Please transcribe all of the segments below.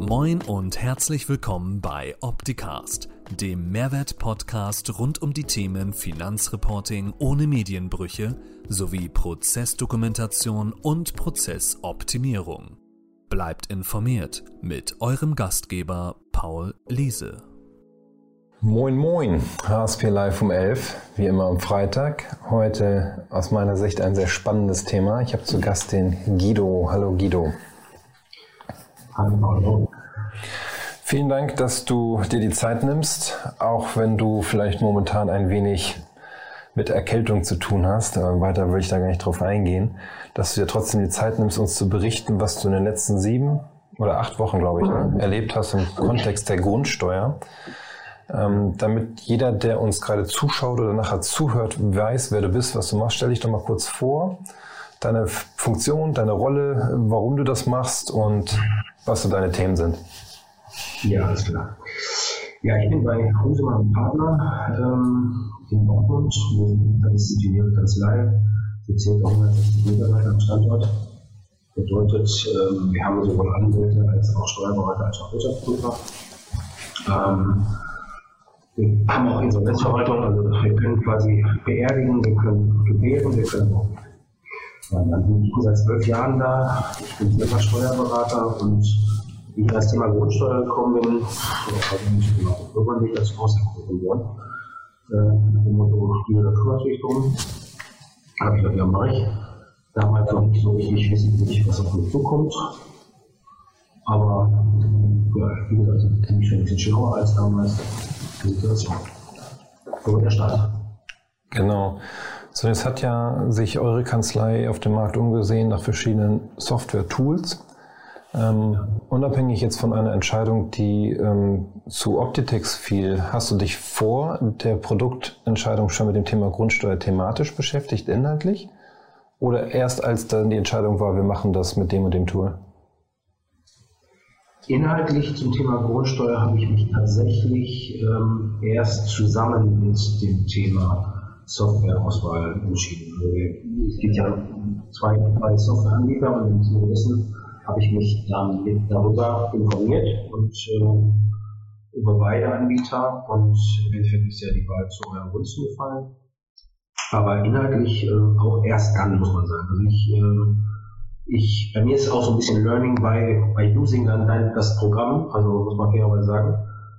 Moin und herzlich willkommen bei Opticast, dem Mehrwert-Podcast rund um die Themen Finanzreporting ohne Medienbrüche sowie Prozessdokumentation und Prozessoptimierung. Bleibt informiert mit eurem Gastgeber Paul Liese. Moin moin, HSP Live um 11, wie immer am Freitag. Heute aus meiner Sicht ein sehr spannendes Thema. Ich habe zu Gast den Guido. Hallo Guido. Hallo. Vielen Dank, dass du dir die Zeit nimmst, auch wenn du vielleicht momentan ein wenig mit Erkältung zu tun hast. Weiter will ich da gar nicht drauf eingehen. Dass du dir trotzdem die Zeit nimmst, uns zu berichten, was du in den letzten 7 oder 8 Wochen, glaube ich, erlebt hast im Kontext der Grundsteuer. Damit jeder, der uns gerade zuschaut oder nachher zuhört, weiß, wer du bist, was du machst, stell dich doch mal kurz vor, deine Funktion, deine Rolle, warum du das machst und was so deine Themen sind. Ja, alles klar. Ja, ich bin bei Husemann und Partner in Dortmund. Wir sind eine disziplinierte Kanzlei, mit ca. 160 Mitarbeitern am Standort. Bedeutet, wir haben sowohl Anwälte als auch Steuerberater als auch Wirtschaftsprüfer. Wir haben auch Insolvenzverwaltung, also wir können quasi beerdigen, wir können gebären, wir können auch. Dann bin ich seit 12 Jahren da, ich bin selber Steuerberater und wie ich als Thema Grundsteuer gekommen bin, irgendwann bin ich als Hausherr geworden. Nach dem Motto, die oder tu natürlich drum. Aber ich glaube, ja, mache ich. Damals noch nicht so richtig wissen, was auf mich zukommt. Aber ja, wie gesagt, ich bin schon ein bisschen schlauer als damals. Situation. So der Start. Genau. So, jetzt hat ja sich eure Kanzlei auf dem Markt umgesehen nach verschiedenen Software-Tools. Unabhängig jetzt von einer Entscheidung, die zu Optitex fiel, hast du dich vor der Produktentscheidung schon mit dem Thema Grundsteuer thematisch beschäftigt, inhaltlich? Oder erst als dann die Entscheidung war, wir machen das mit dem und dem Tool? Inhaltlich zum Thema Grundsteuer habe ich mich tatsächlich erst zusammen mit dem Thema Softwareauswahl entschieden. Also es gibt ja zwei Softwareanbieter und in diesem Wissen habe ich mich dann darüber informiert und über beide Anbieter und im Endeffekt ist ja die Wahl zu euren Gunsten gefallen. Aber inhaltlich auch erst dann, muss man sagen. Also bei mir ist es auch so ein bisschen Learning by using dann das Programm, also muss man fairerweise sagen.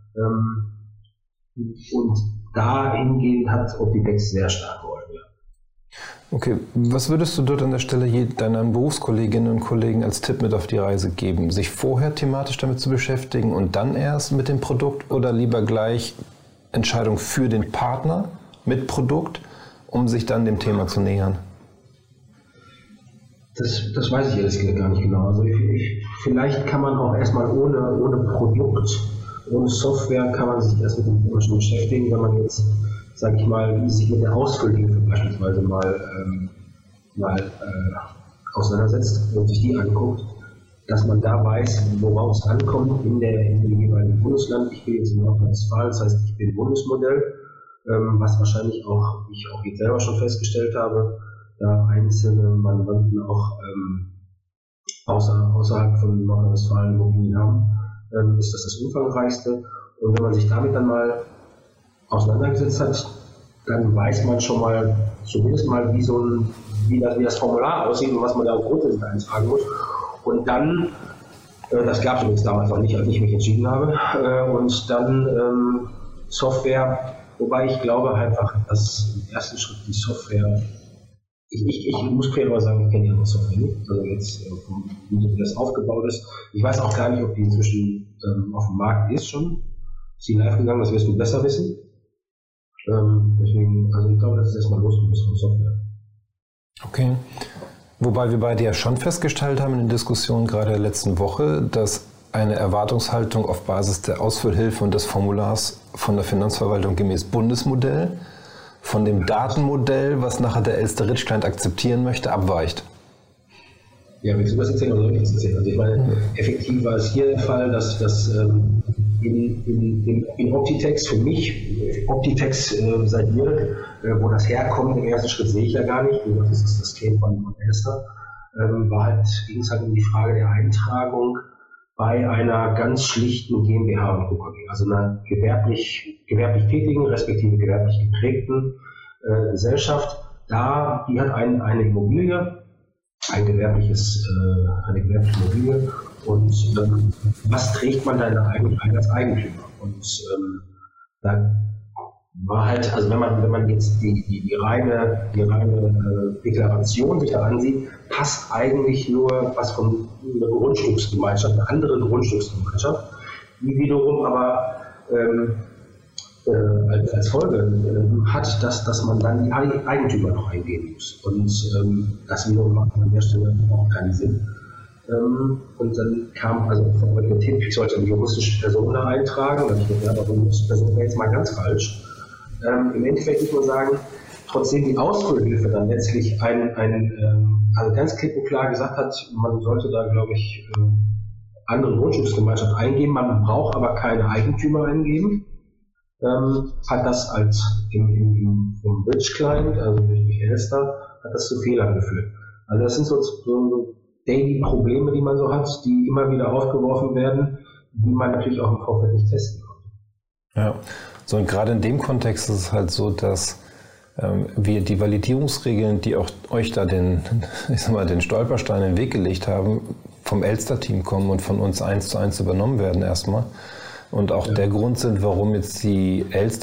Und dahingehend hat Optitex sehr stark geholfen. Okay, was würdest du dort an der Stelle deinen Berufskolleginnen und Kollegen als Tipp mit auf die Reise geben? Sich vorher thematisch damit zu beschäftigen und dann erst mit dem Produkt oder lieber gleich Entscheidung für den Partner mit Produkt, um sich dann dem Thema zu nähern? Das weiß ich ehrlich gesagt gar nicht genau. Also vielleicht kann man auch erstmal ohne Produkt, ohne Software kann man sich erst mit dem Thema schon beschäftigen, wenn man jetzt, sage ich mal, sich mit der Ausfüllhilfe beispielsweise mal auseinandersetzt und sich die anguckt, dass man da weiß, worauf es ankommt in dem jeweiligen Bundesland. Ich bin jetzt in Nordrhein-Westfalen, das heißt, ich bin Bundesmodell, was wahrscheinlich auch, wie ich auch jetzt selber schon festgestellt habe, da einzelne Mandanten auch außerhalb von Nordrhein-Westfalen Immobilien haben, ist das umfangreichste. Und wenn man sich damit dann mal auseinandergesetzt hat, dann weiß man schon mal, zumindest mal, wie das Formular aussieht und was man da grundsätzlich eintragen muss. Und dann, das gab es übrigens damals noch nicht, als ich mich entschieden habe, und dann Software, wobei ich glaube einfach, dass im ersten Schritt die Software, ich muss fairerweise sagen, ich kenne die andere Software nicht, also jetzt, wie das aufgebaut ist. Ich weiß auch gar nicht, ob die inzwischen auf dem Markt ist schon. Ist die live gegangen, das wirst du besser wissen. Deswegen, also ich glaube, das ist erstmal losgelöst von Software. Okay. Wobei wir beide ja schon festgestellt haben in der Diskussion gerade der letzten Woche, dass eine Erwartungshaltung auf Basis der Ausfüllhilfe und des Formulars von der Finanzverwaltung gemäß Bundesmodell von dem Datenmodell, was nachher der Elster-Ritsch-Client akzeptieren möchte, abweicht. Ja, willst du das erzählen oder soll ich das erzählen? Also ich meine, effektiv war es hier der Fall, dass in Optitex, für mich, Optitex seit Jörg, wo das herkommt, im ersten Schritt sehe ich ja gar nicht, das ist das System von Elster, ging es halt um die Frage der Eintragung bei einer ganz schlichten GmbH und Co. KG, also einer gewerblich tätigen, respektive gewerblich geprägten Gesellschaft. Die hat eine Immobilie, eine gewerbliche Immobilie, und was trägt man da eigentlich ein als Eigentümer? Und da war halt, also wenn man jetzt die reine Deklaration sich da ansieht, passt eigentlich nur was von einer Grundstücksgemeinschaft, eine andere Grundstücksgemeinschaft, die wiederum aber als Folge hat, dass man dann die Eigentümer noch eingeben muss. Und das wiederum macht an der Stelle auch keinen Sinn. Und dann kam, also von der Realität, ich sollte eine juristische Person da eintragen, und ich dachte, ja, aber eine juristische Person wäre jetzt mal ganz falsch. Im Endeffekt muss man sagen, trotzdem die Ausfüllhilfe dann letztlich also ganz klipp und klar gesagt hat, man sollte da, glaube ich, andere Grundstücksgemeinschaft eingeben, man braucht aber keine Eigentümer eingeben, hat das im Bridge Client, also durch Elster, hat das zu Fehlern geführt. Also das sind so Daily-Probleme, die man so hat, die immer wieder aufgeworfen werden, die man natürlich auch im Vorfeld nicht testen konnte. Ja. So, und gerade in dem Kontext ist es halt so, dass wir die Validierungsregeln, die auch euch da den Stolperstein in den Weg gelegt haben, vom Elster-Team kommen und von uns 1:1 übernommen werden erstmal. Und auch der Grund sind, warum jetzt die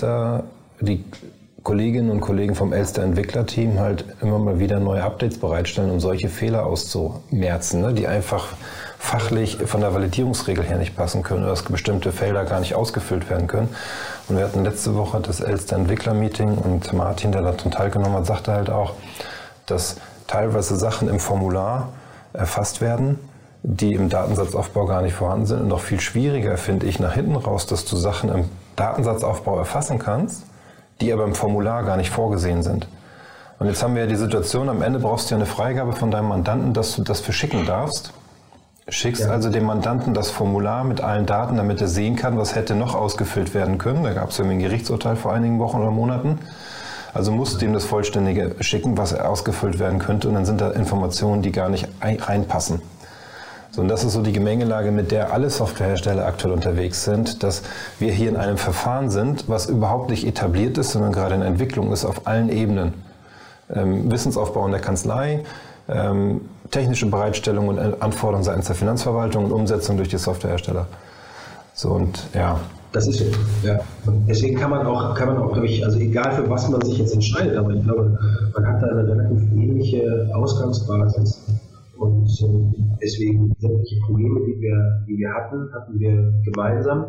Kolleginnen und Kollegen vom Elster-Entwicklerteam halt immer mal wieder neue Updates bereitstellen, um solche Fehler auszumerzen, ne, die einfach fachlich von der Validierungsregel her nicht passen können oder dass bestimmte Felder gar nicht ausgefüllt werden können. Und wir hatten letzte Woche das Elster-Entwickler-Meeting und Martin, der daran teilgenommen hat, sagte halt auch, dass teilweise Sachen im Formular erfasst werden, die im Datensatzaufbau gar nicht vorhanden sind. Und noch viel schwieriger finde ich nach hinten raus, dass du Sachen im Datensatzaufbau erfassen kannst, die aber im Formular gar nicht vorgesehen sind. Und jetzt haben wir ja die Situation, am Ende brauchst du ja eine Freigabe von deinem Mandanten, dass du das verschicken darfst. Schickst also dem Mandanten das Formular mit allen Daten, damit er sehen kann, was hätte noch ausgefüllt werden können. Da gab es ja ein Gerichtsurteil vor einigen Wochen oder Monaten. Also musst du ihm das Vollständige schicken, was ausgefüllt werden könnte. Und dann sind da Informationen, die gar nicht reinpassen. So, und das ist so die Gemengelage, mit der alle Softwarehersteller aktuell unterwegs sind, dass wir hier in einem Verfahren sind, was überhaupt nicht etabliert ist, sondern gerade in Entwicklung ist auf allen Ebenen. Wissенsaufbau in der Kanzlei, technische Bereitstellung und Anforderungen seitens der Finanzverwaltung und Umsetzung durch die Softwarehersteller. So, und ja. Das ist so, ja. Und deswegen kann man auch, glaube ich, also egal für was man sich jetzt entscheidet, aber ich glaube, man hat da eine relativ ähnliche Ausgangsbasis. Und deswegen sämtliche Probleme, die wir hatten wir gemeinsam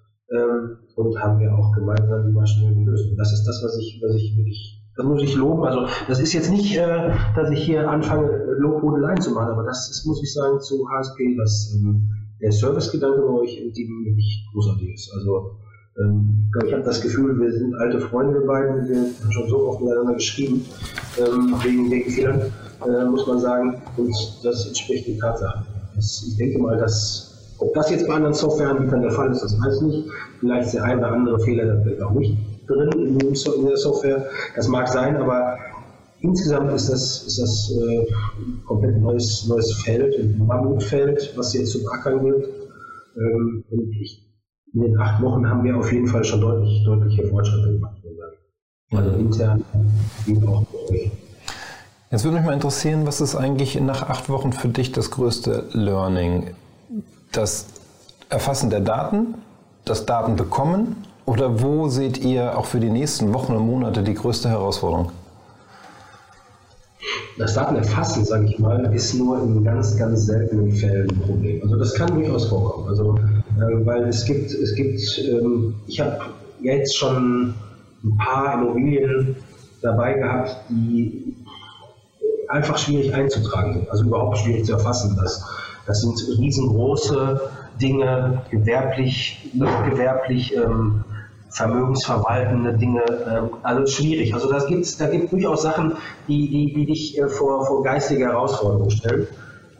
und haben wir auch gemeinsam immer schnell gelöst. Und das ist das, was ich wirklich, das muss ich loben. Also das ist jetzt nicht, dass ich hier anfange, Lobhudeleien zu machen, aber das ist, muss ich sagen, zu HSP, dass der Servicegedanke bei euch im Team wirklich großartig ist. Also ich habe das Gefühl, wir sind alte Freunde, wir beiden, wir haben schon so oft miteinander geschrieben, wegen Fehlern, muss man sagen, und das entspricht den Tatsachen. Ich denke mal, ob das jetzt bei anderen Softwareanbietern der Fall ist, das weiß ich nicht. Vielleicht ist der ein oder andere Fehler auch nicht drin in der Software, das mag sein, aber insgesamt ist das komplett neues Feld, ein Mammutfeld, was jetzt zu beackern wird. Und in den 8 Wochen haben wir auf jeden Fall schon deutliche Fortschritte gemacht. Also intern wie auch bei euch. Jetzt würde mich mal interessieren, was ist eigentlich nach 8 Wochen für dich das größte Learning? Das Erfassen der Daten, das Datenbekommen, oder wo seht ihr auch für die nächsten Wochen und Monate die größte Herausforderung? Das Datenerfassen, sage ich mal, ist nur in ganz, ganz seltenen Fällen ein Problem. Also das kann durchaus vorkommen. Also, weil es gibt, ich habe jetzt schon ein paar Immobilien dabei gehabt, die einfach schwierig einzutragen sind, also überhaupt schwierig zu erfassen. Das sind riesengroße Dinge, gewerblich, nicht gewerblich, vermögensverwaltende Dinge, also schwierig. Also da gibt durchaus Sachen, die dich vor geistige Herausforderungen stellen.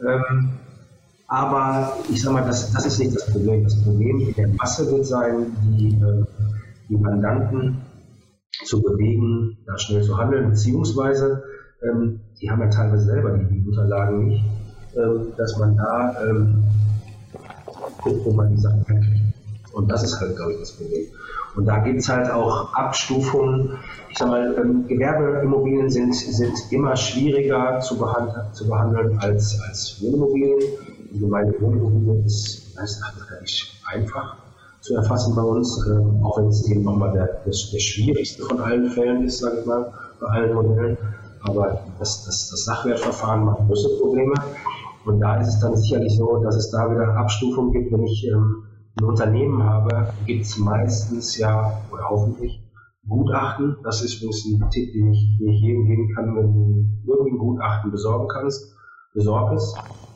Aber ich sage mal, das ist nicht das Problem. Das Problem in der Masse wird sein, die Mandanten zu bewegen, da schnell zu handeln, beziehungsweise die haben ja teilweise selber die Unterlagen nicht, dass man da guckt, wo man die Sachen herkriegt. Und das ist halt, glaube ich, das Problem. Und da gibt es halt auch Abstufungen. Ich sag mal, Gewerbeimmobilien sind immer schwieriger zu behandeln als Wohnimmobilien. Die gemeine Wohnimmobilie ist relativ einfach zu erfassen bei uns, auch wenn es eben nochmal der schwierigste von allen Fällen ist, sage ich mal, bei allen Modellen. Aber das Sachwertverfahren macht größere Probleme. Und da ist es dann sicherlich so, dass es da wieder Abstufungen gibt. Wenn ich ein Unternehmen habe, gibt es meistens ja, oder hoffentlich, Gutachten. Das ist übrigens ein Tipp, den ich jedem geben kann, wenn du irgendwie ein Gutachten besorgen kannst. Besorg es.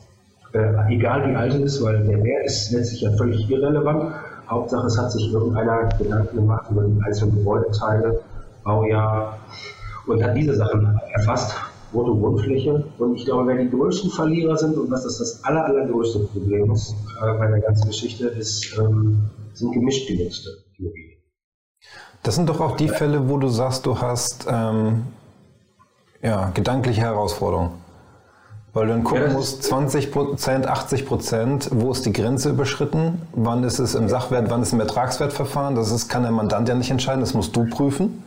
Egal wie alt es ist, weil der Wert ist letztlich ja völlig irrelevant. Hauptsache, es hat sich irgendeiner Gedanken gemacht über die einzelnen Gebäudeteile, Baujahr und hat diese Sachen erfasst, Brutto-Grundfläche. Und ich glaube, wer die größten Verlierer sind und was das allergrößte Problem ist bei der ganzen Geschichte, sind gemischt genutzte Immobilien. Das sind doch auch die Fälle, wo du sagst, du hast gedankliche Herausforderungen. Weil du dann gucken musst, 20%, 80%, wo ist die Grenze überschritten? Wann ist es im Sachwert, wann ist es im Ertragswertverfahren? Kann der Mandant ja nicht entscheiden, das musst du prüfen.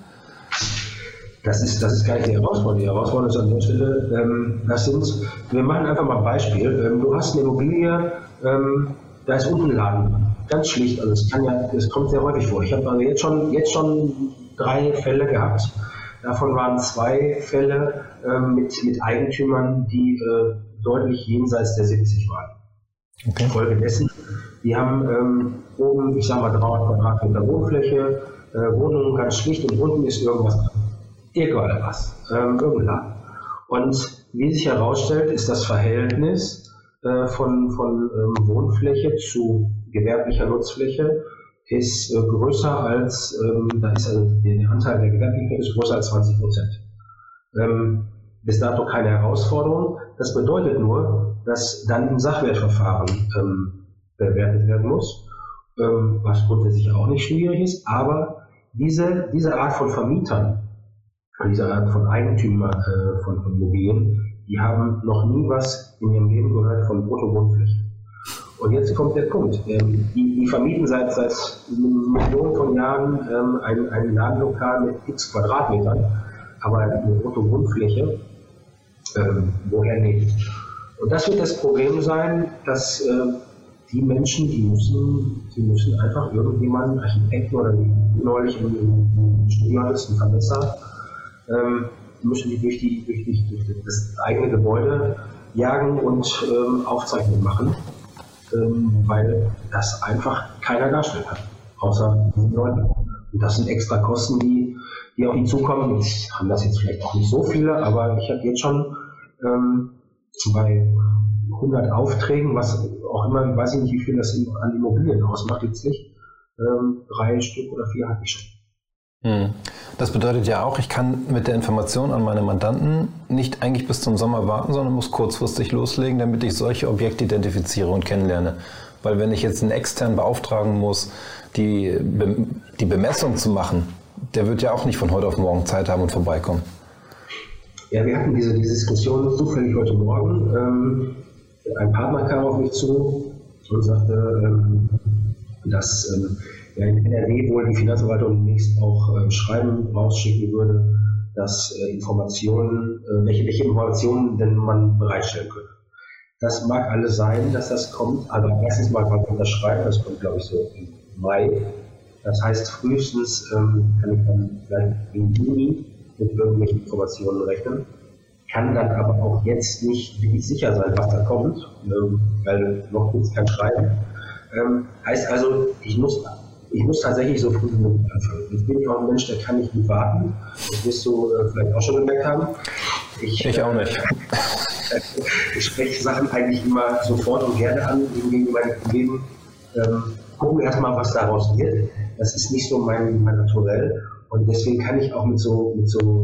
Das ist gar nicht die Herausforderung. Die Herausforderung ist an der Stelle, wir machen einfach mal ein Beispiel. Du hast eine Immobilie, da ist unten ein Laden. Ganz schlicht, also das kommt sehr häufig vor. Ich habe also jetzt schon 3 Fälle gehabt. Davon waren 2 Fälle mit Eigentümern, die deutlich jenseits der 70 waren. Okay. Folgedessen, die haben oben, ich sage mal 300 Quadratmeter Wohnfläche, Wohnungen ganz schlicht und unten ist irgendwas dran. Egal was, irgendein Laden. Und wie sich herausstellt, ist das Verhältnis von Wohnfläche zu gewerblicher Nutzfläche ist größer als, da ist also der Anteil der gewerblichen Fläche ist größer als 20%. Bis dato keine Herausforderung. Das bedeutet nur, dass dann im Sachwertverfahren bewertet werden muss, was grundsätzlich auch nicht schwierig ist, aber diese Art von Vermietern, diese Art von Eigentümer von Immobilien, die haben noch nie was in ihrem Leben gehört von Bruttogrundfläche. Und jetzt kommt der Punkt. Die vermieten seit Millionen von Jahren ein Ladenlokal mit x Quadratmetern, aber eine Bruttogrundfläche, woher nicht? Und das wird das Problem sein, dass die Menschen, die müssen einfach irgendjemanden, Architekten oder neulich im Studium ist ein Vermesser, müssen die durch das eigene Gebäude jagen und Aufzeichnungen machen, weil das einfach keiner darstellen kann, außer diesen Leuten. Und das sind extra Kosten, die auf die zukommen. Ich haben das jetzt vielleicht auch nicht so viele, aber ich habe jetzt schon bei 100 Aufträgen, was auch immer, weiß ich nicht, wie viel das an Immobilien ausmacht, letztlich 3 Stück oder 4 hatte ich schon. Das bedeutet ja auch, ich kann mit der Information an meine Mandanten nicht eigentlich bis zum Sommer warten, sondern muss kurzfristig loslegen, damit ich solche Objekte identifiziere und kennenlerne. Weil wenn ich jetzt einen externen beauftragen muss, die Bemessung zu machen, der wird ja auch nicht von heute auf morgen Zeit haben und vorbeikommen. Ja, wir hatten diese Diskussion zufällig heute Morgen. Ein Partner kam auf mich zu und sagte, dass in NRW wohl die Finanzverwaltung demnächst auch Schreiben rausschicken würde, dass welche Informationen denn man bereitstellen könnte. Das mag alles sein, dass das kommt, aber erstens mal kann man das schreiben, das kommt glaube ich so im Mai. Das heißt frühestens kann ich dann vielleicht im Juni mit irgendwelchen Informationen rechnen, kann dann aber auch jetzt nicht wirklich sicher sein, was da kommt, weil noch gibt es kein Schreiben. Heißt also, ich muss tatsächlich so früh wie möglich anfangen. Jetzt bin ich auch ein Mensch, der kann nicht gut warten. Das wirst du vielleicht auch schon gemerkt haben. Ich auch nicht. Ich spreche Sachen eigentlich immer sofort und gerne an gegen meine Kollegen. Gucken erstmal, was daraus wird. Das ist nicht so mein Naturell. Und deswegen kann ich auch mit so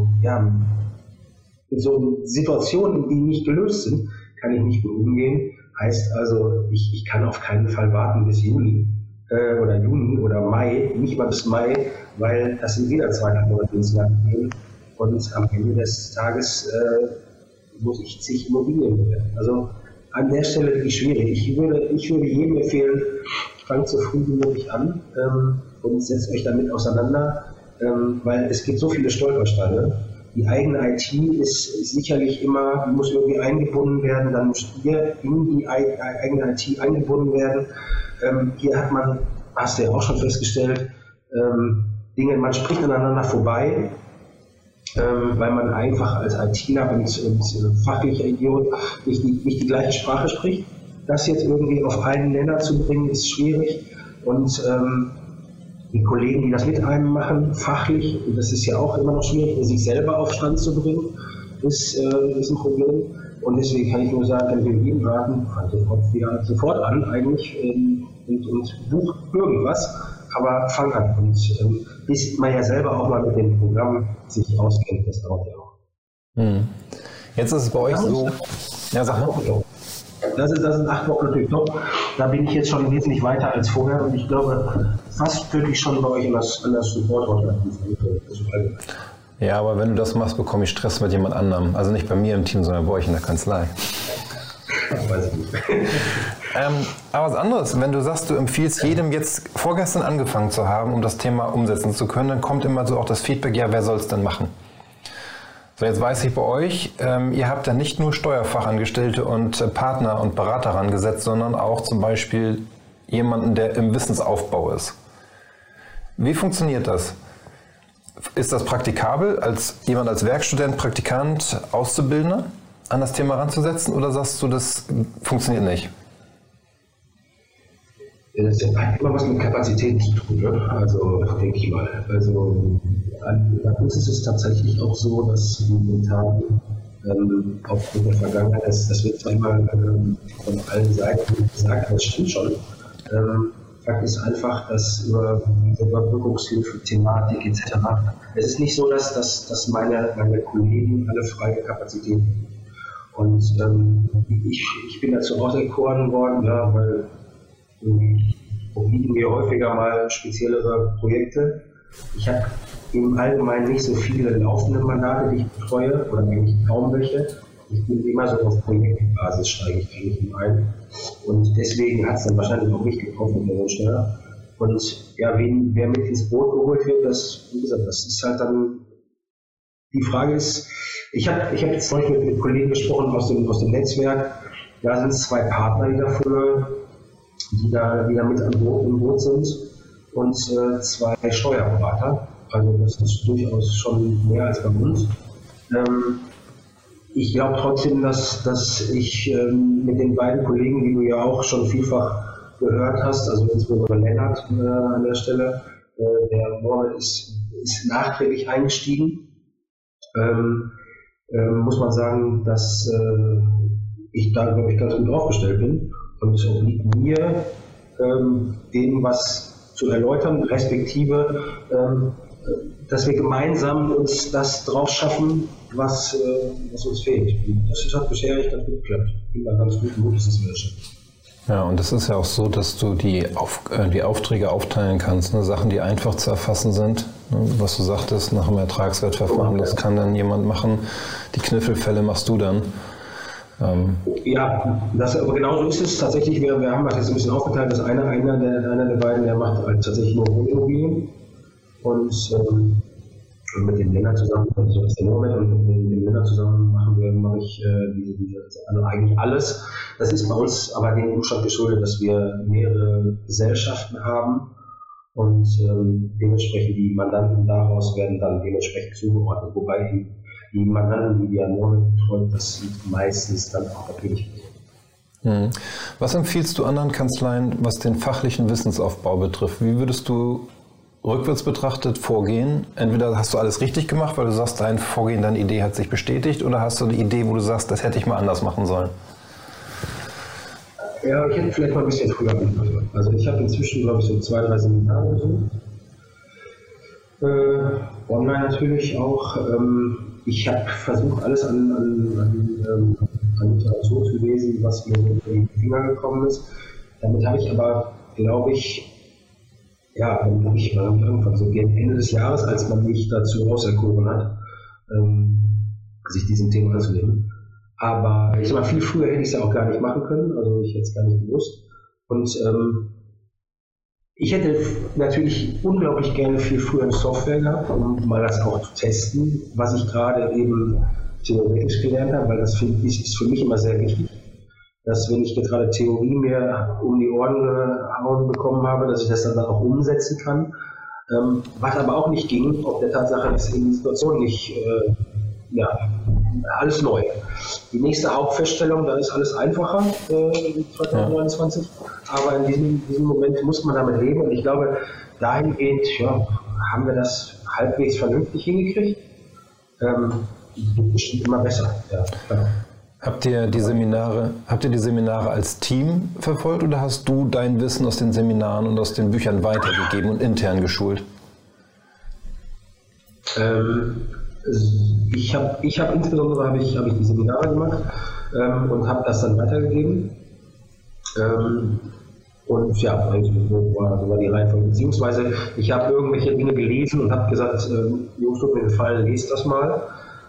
Situationen, die nicht gelöst sind, kann ich nicht gut umgehen. Heißt also, ich kann auf keinen Fall warten bis Juli oder Juni oder Mai, nicht mal bis Mai, weil das sind wieder 2 Monate ins Land gehen und am Ende des Tages muss ich zig Immobilien bewerten. Also an der Stelle wirklich schwierig. Ich würde jedem empfehlen, fangt so früh wie möglich an und setzt euch damit auseinander, weil es gibt so viele Stolpersteine. Die eigene IT ist sicherlich immer, die muss irgendwie eingebunden werden, dann müsst ihr in die eigene IT eingebunden werden. Hier hat man, hast du ja auch schon festgestellt, Dinge, man spricht aneinander vorbei, weil man einfach als ITler und fachlicher Idiot nicht die gleiche Sprache spricht. Das jetzt irgendwie auf einen Nenner zu bringen, ist schwierig. Und die Kollegen, die das mit einem machen, fachlich, und das ist ja auch immer noch schwierig, sich selber auf Stand zu bringen, ist ein Problem. Und deswegen kann ich nur sagen, kann ich jedem raten, fang sofort an eigentlich und buch irgendwas, aber fang an. Und bis man ja selber auch mal mit dem Programm sich auskennt, das dauert ja auch. Jetzt ist es bei euch so, ja, sag mal. Das ist 8 Wochen natürlich top. Da bin ich jetzt schon wesentlich weiter als vorher und ich glaube, fast wirklich schon bei euch an das Support. Ja, aber wenn du das machst, bekomme ich Stress mit jemand anderem. Also nicht bei mir im Team, sondern bei euch in der Kanzlei. Weiß ich nicht. Aber was anderes, wenn du sagst, du empfiehlst jedem jetzt vorgestern angefangen zu haben, um das Thema umsetzen zu können, dann kommt immer so auch das Feedback, ja, wer soll es denn machen? So, jetzt weiß ich bei euch, ihr habt ja nicht nur Steuerfachangestellte und Partner und Berater rangesetzt, sondern auch zum Beispiel jemanden, der im Wissensaufbau ist. Wie funktioniert das? Ist das praktikabel, jemand als Werkstudent, Praktikant, Auszubildender an das Thema ranzusetzen oder sagst du, das funktioniert nicht? Das hat immer was mit Kapazitäten zu tun, ne? Also denke ich mal. Also bei uns ist es tatsächlich auch so, dass momentan aufgrund der Vergangenheit, das wird zwar immer von allen Seiten gesagt, das stimmt schon. Fakt ist einfach, dass über diese Überbrückungshilfe, Thematik etc. Es ist nicht so, dass meine Kollegen alle freie Kapazitäten haben. Und ich bin dazu auserkoren worden, ja, weil liegen mir häufiger mal speziellere Projekte. Ich habe im Allgemeinen nicht so viele laufende Mandate, die ich betreue, oder eigentlich kaum welche. Ich bin immer so auf Projektbasis, steige ich eigentlich ein. Und deswegen hat es dann wahrscheinlich auch nicht getroffen mit der Steuer. Und ja, wer mit ins Boot geholt wird, wie gesagt, das ist halt dann, die Frage ist, ich hab jetzt zum Beispiel mit Kollegen gesprochen aus dem Netzwerk, da sind es 2 Partner, die da mit im Boot sind und 2 Steuerberater. Also das ist durchaus schon mehr als bei uns. Ich glaube trotzdem, dass ich mit den beiden Kollegen, die du ja auch schon vielfach gehört hast, also insbesondere Lennart an der Stelle, der Mohammed ist nachträglich eingestiegen. Muss man sagen, dass ich da, glaube ich, ganz gut aufgestellt bin. Und es obliegt mir, dem was zu erläutern, respektive, dass wir gemeinsam uns das drauf schaffen, was uns fehlt. Und das hat bisher echt ganz gut geklappt. Ich bin da ganz gut im Mut, dass wir das schaffen. Ja, und es ist ja auch so, dass du die Aufträge aufteilen kannst, ne? Sachen, die einfach zu erfassen sind, ne? Was du sagtest, nach dem Ertragswertverfahren, das kann dann jemand machen, die Kniffelfälle machst du dann. Ja, aber genau so ist es tatsächlich. Wir haben das jetzt ein bisschen aufgeteilt, dass einer der beiden, der macht halt tatsächlich nur Wohnimmobilien und mit dem Lennart zusammen, also das ist der Moment, und mit dem Lennart zusammen mache ich also eigentlich alles. Das ist bei uns aber dem Umstand geschuldet, dass wir mehrere Gesellschaften haben und dementsprechend die Mandanten daraus werden dann dementsprechend zugeordnet, wobei die Mandanten, die wir an betreuen, das sind meistens dann auch natürlich. Was empfiehlst du anderen Kanzleien, was den fachlichen Wissensaufbau betrifft? Wie würdest du rückwärts betrachtet vorgehen? Entweder hast du alles richtig gemacht, weil du sagst, dein Vorgehen, deine Idee hat sich bestätigt, oder hast du eine Idee, wo du sagst, das hätte ich mal anders machen sollen? Ja, ich hätte vielleicht mal ein bisschen früher angefangen. Also ich habe inzwischen, glaube ich, so 2, 3 Seminare besucht. Online natürlich auch. Ich habe versucht, alles an Literatur zu lesen, was mir in die Finger gekommen ist. Damit habe ich aber, glaube ich, angefangen, so gegen Ende des Jahres, als man mich dazu auserkoren hat, sich diesem Thema anzunehmen. Aber ich sag mal, viel früher hätte ich es ja auch gar nicht machen können, also ich hätte es gar nicht gewusst. Und Ich hätte natürlich unglaublich gerne viel früher eine Software gehabt, um mal das auch zu testen, was ich gerade eben theoretisch gelernt habe, weil das ist für mich immer sehr wichtig, dass wenn ich gerade Theorie mir um die Ohren gehauen bekommen habe, dass ich das dann auch umsetzen kann. Was aber auch nicht ging, auf der Tatsache, dass in der Situation nicht, alles neu. Die nächste Hauptfeststellung, da ist alles einfacher, 2029, aber in diesem Moment muss man damit leben und ich glaube, dahingehend haben wir das halbwegs vernünftig hingekriegt. Bestimmt immer besser. Ja, klar. Habt ihr die Seminare als Team verfolgt oder hast du dein Wissen aus den Seminaren und aus den Büchern weitergegeben und intern geschult? Ich habe insbesondere die Seminare gemacht und habe das dann weitergegeben. Und ja, also so war die Reihenfolge. Beziehungsweise ich habe irgendwelche Dinge gelesen und habe gesagt, Jungs, tut mir gefallen, lest das mal.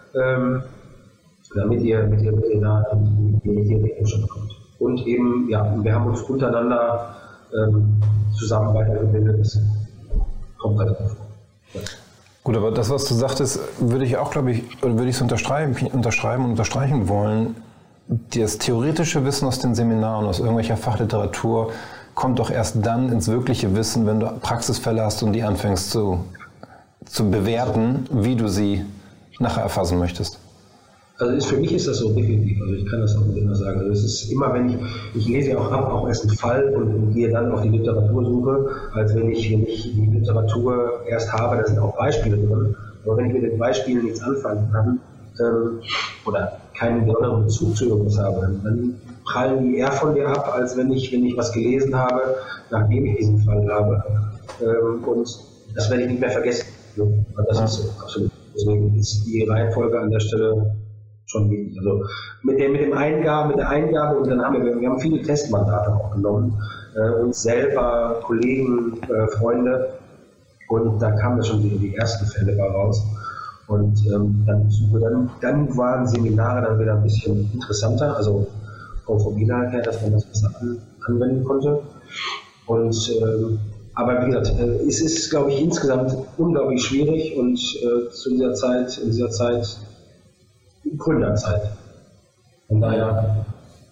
Damit ihr da in die Richtung bekommt. Und eben, wir haben uns untereinander zusammen weitergebildet. Das kommt halt drauf. Ja. Gut, aber das, was du sagtest, würde ich auch, glaube ich, oder würde ich es unterstreichen wollen. Das theoretische Wissen aus den Seminaren, aus irgendwelcher Fachliteratur, kommt doch erst dann ins wirkliche Wissen, wenn du Praxisfälle hast und die anfängst zu bewerten, wie du sie nachher erfassen möchtest. Also für mich ist das so definitiv, also ich kann das auch nicht immer sagen. Also es ist immer, wenn ich lese ja auch erst einen Fall und gehe dann auf die Literatursuche, als wenn ich die Literatur erst habe, da sind auch Beispiele drin. Aber wenn ich mit den Beispielen nichts anfangen kann oder keinen besonderen Bezug zu irgendwas habe, dann prallen die eher von dir ab, als wenn ich was gelesen habe, nachdem ich diesen Fall habe. Und das werde ich nicht mehr vergessen. Das ist so, absolut. Deswegen ist die Reihenfolge an der Stelle schon wichtig. Also mit der Eingabe und dann haben wir viele Testmandate auch genommen, uns selber, Kollegen, Freunde und da kamen schon die ersten Fälle raus. Und dann waren Seminare dann wieder ein bisschen interessanter, also vom Inhalt her, dass man das besser anwenden konnte. Und aber wie gesagt, es ist, glaube ich, insgesamt unglaublich schwierig und in dieser Zeit Gründerzeit. Von daher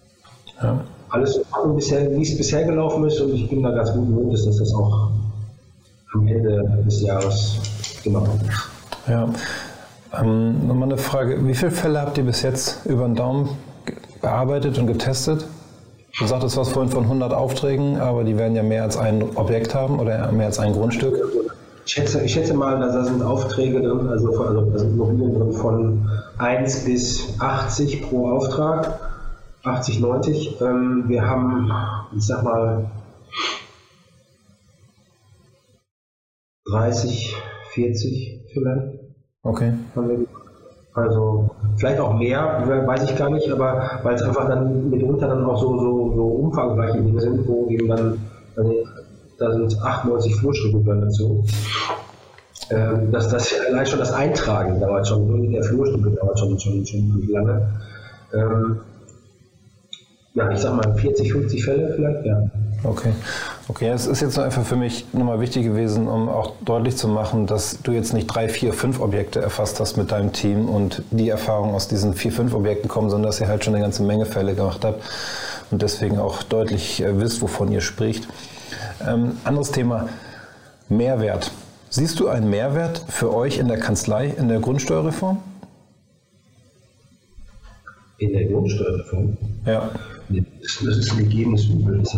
alles wie es bisher gelaufen ist und ich bin da ganz gut Mutes, dass das auch am Ende des Jahres gemacht wird. Ja. Nochmal eine Frage, wie viele Fälle habt ihr bis jetzt über den Daumen bearbeitet und getestet? Du sagtest was vorhin von 100 Aufträgen, aber die werden ja mehr als ein Objekt haben oder mehr als ein Grundstück. Ich schätze mal, da sind Aufträge drin, also da sind Immobilien drin von 1 bis 80 pro Auftrag, 80, 90. Wir haben, ich sag mal, 30, 40 vielleicht. Okay. Also vielleicht auch mehr, weiß ich gar nicht, aber weil es einfach dann mitunter dann auch so umfangreiche Dinge sind, wo eben dann da sind 98 Flurstücke dazu. Das allein schon das Eintragen dauert schon, der Flurstücke dauert schon lange. Ich sag mal 40, 50 Fälle vielleicht, ja. Okay, es ist jetzt einfach für mich nochmal wichtig gewesen, um auch deutlich zu machen, dass du jetzt nicht 3, 4, 5 Objekte erfasst hast mit deinem Team und die Erfahrungen aus diesen 4, 5 Objekten kommen, sondern dass ihr halt schon eine ganze Menge Fälle gemacht habt und deswegen auch deutlich wisst, wovon ihr spricht. Anderes Thema, Mehrwert. Siehst du einen Mehrwert für euch in der Kanzlei, in der Grundsteuerreform? In der Grundsteuerreform? Ja. Das ist ein gegebenes Übel. Das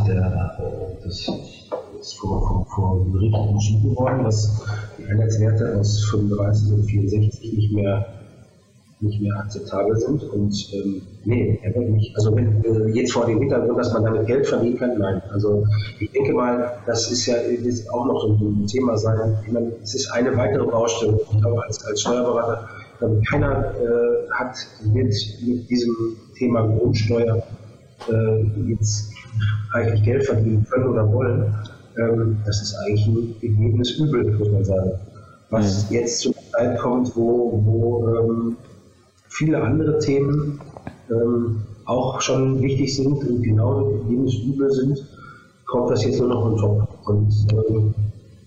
ist vor Gericht entschieden worden, dass die Einheitswerte aus 35 und 64 nicht mehr akzeptabel sind. Und also wenn jetzt vor dem Hintergrund, dass man damit Geld verdienen kann, nein. Also ich denke mal, das ist ja jetzt auch noch so ein Thema sein. Ich meine, es ist eine weitere Baustelle. Ich glaube, als Steuerberater, keiner wird mit diesem Thema Grundsteuer jetzt eigentlich Geld verdienen können oder wollen. Das ist eigentlich ein gegebenes Übel, muss man sagen. Was jetzt zur Zeit kommt, wo viele andere Themen auch schon wichtig sind und genauso gegebenes Übel sind. kommt das jetzt nur noch on top und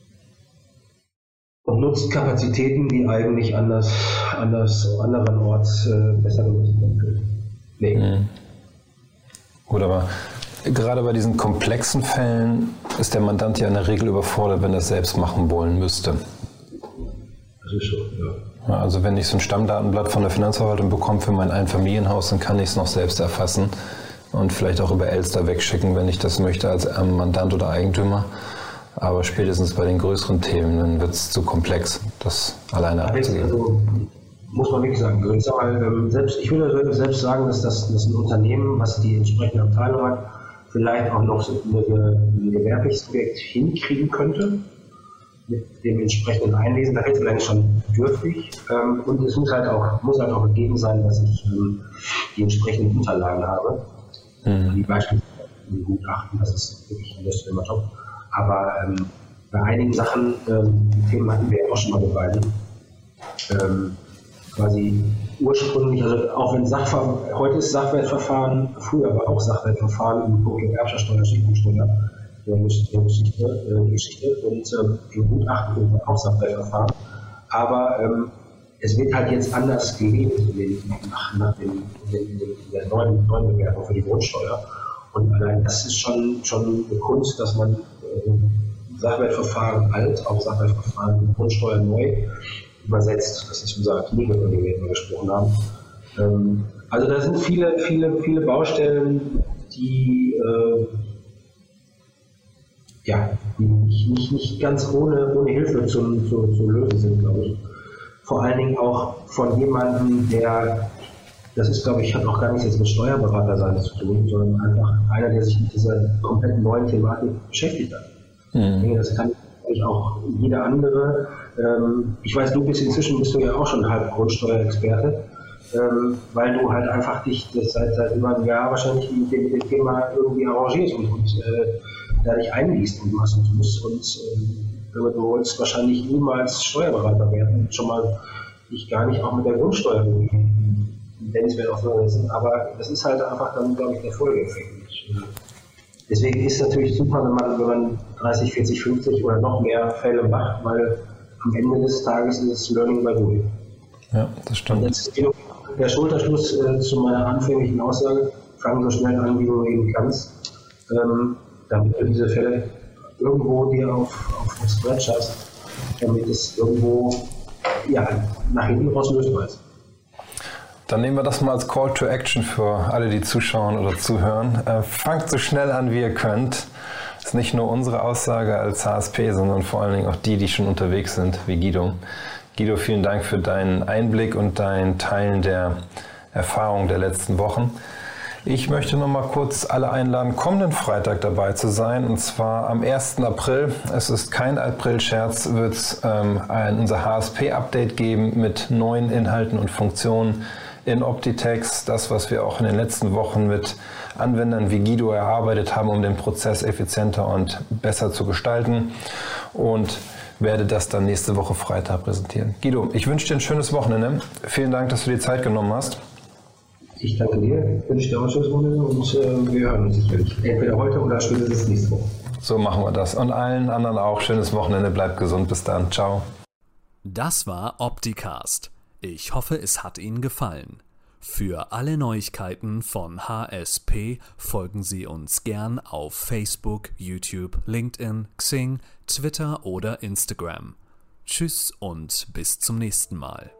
nutzt Kapazitäten, die eigentlich andererorts besser genutzt werden können. Nee. Gut, aber gerade bei diesen komplexen Fällen ist der Mandant ja in der Regel überfordert, wenn er es selbst machen wollen müsste. Das ist so, ja. Also wenn ich so ein Stammdatenblatt von der Finanzverwaltung bekomme für mein Einfamilienhaus, dann kann ich es noch selbst erfassen und vielleicht auch über Elster wegschicken, wenn ich das möchte als Mandant oder Eigentümer. Aber spätestens bei den größeren Themen, dann wird es zu komplex, das alleine abzugeben. Also, muss man wirklich sagen. Also ich sag mal, ich würde selbst sagen, dass das ein Unternehmen, was die entsprechende Abteilung hat, vielleicht auch noch ein gewerbliches Subjekt hinkriegen könnte mit dem entsprechenden Einlesen. Da wird es vielleicht schon dürftig. Und es muss halt auch gegeben sein, dass ich die entsprechenden Unterlagen habe. Wie beispielsweise ein Gutachten, das ist wirklich an der Stelle immer top. Aber bei einigen Sachen, die Themen hatten wir ja auch schon mal mit beiden, quasi ursprünglich, also auch wenn heute ist Sachwertverfahren, früher war auch Sachwertverfahren im Punkt Erbschaftssteuer, Schichtungssteuer, Geschichte und im Gutachten war auch Sachwertverfahren. Aber es wird halt jetzt anders gelebt in der neuen Bewertung für die Grundsteuer. Und allein das ist schon eine Kunst, dass man Sachwertverfahren alt auf Sachwertverfahren Grundsteuer neu übersetzt. Das ist unser Artikel, über den wir immer gesprochen haben. Also da sind viele Baustellen, die nicht ganz ohne Hilfe zu lösen sind, glaube ich. Vor allen Dingen auch von jemandem, das ist, glaube ich, hat auch gar nichts jetzt mit Steuerberater sein zu tun, sondern einfach einer, der sich mit dieser komplett neuen Thematik beschäftigt hat. Ich denke, das kann auch jeder andere. Ich weiß, inzwischen bist du ja auch schon halb Grundsteuerexperte, weil du halt einfach dich seit über einem Jahr wahrscheinlich mit dem Thema irgendwie arrangierst und da dich einliest und machst und musst. Und du wolltest wahrscheinlich niemals Steuerberater werden und schon mal dich gar nicht auch mit der Grundsteuer nennenswert auseinandersetzen. Aber das ist halt einfach dann, glaube ich, der Folgeeffekt. Deswegen ist es natürlich super, wenn man 30, 40, 50 oder noch mehr Fälle macht, weil am Ende des Tages ist es Learning by Doing. Ja, das stimmt. Und jetzt der Schulterschluss zu meiner anfänglichen Aussage: Fang so schnell an, wie du eben kannst, damit du diese Fälle irgendwo dir auf Scratch hast, damit es irgendwo nach hinten raus lösbar ist. Dann nehmen wir das mal als Call to Action für alle, die zuschauen oder zuhören. Fangt so schnell an, wie ihr könnt. Das ist nicht nur unsere Aussage als HSP, sondern vor allen Dingen auch die schon unterwegs sind, wie Guido. Guido, vielen Dank für deinen Einblick und dein Teilen der Erfahrung der letzten Wochen. Ich möchte noch mal kurz alle einladen, kommenden Freitag dabei zu sein, und zwar am 1. April. Es ist kein April-Scherz, wird es unser HSP-Update geben mit neuen Inhalten und Funktionen in Optitex. Das, was wir auch in den letzten Wochen mit Anwendern wie Guido erarbeitet haben, um den Prozess effizienter und besser zu gestalten, und werde das dann nächste Woche Freitag präsentieren. Guido, ich wünsche dir ein schönes Wochenende. Vielen Dank, dass du dir Zeit genommen hast. Ich danke dir, wünsche dir auch ein schönes Wochenende und wir hören uns sicherlich. Entweder heute oder spätestens nächste Woche. So machen wir das. Und allen anderen auch schönes Wochenende. Bleibt gesund. Bis dann. Ciao. Das war Opticast. Ich hoffe, es hat Ihnen gefallen. Für alle Neuigkeiten von HSP folgen Sie uns gern auf Facebook, YouTube, LinkedIn, Xing, Twitter oder Instagram. Tschüss und bis zum nächsten Mal.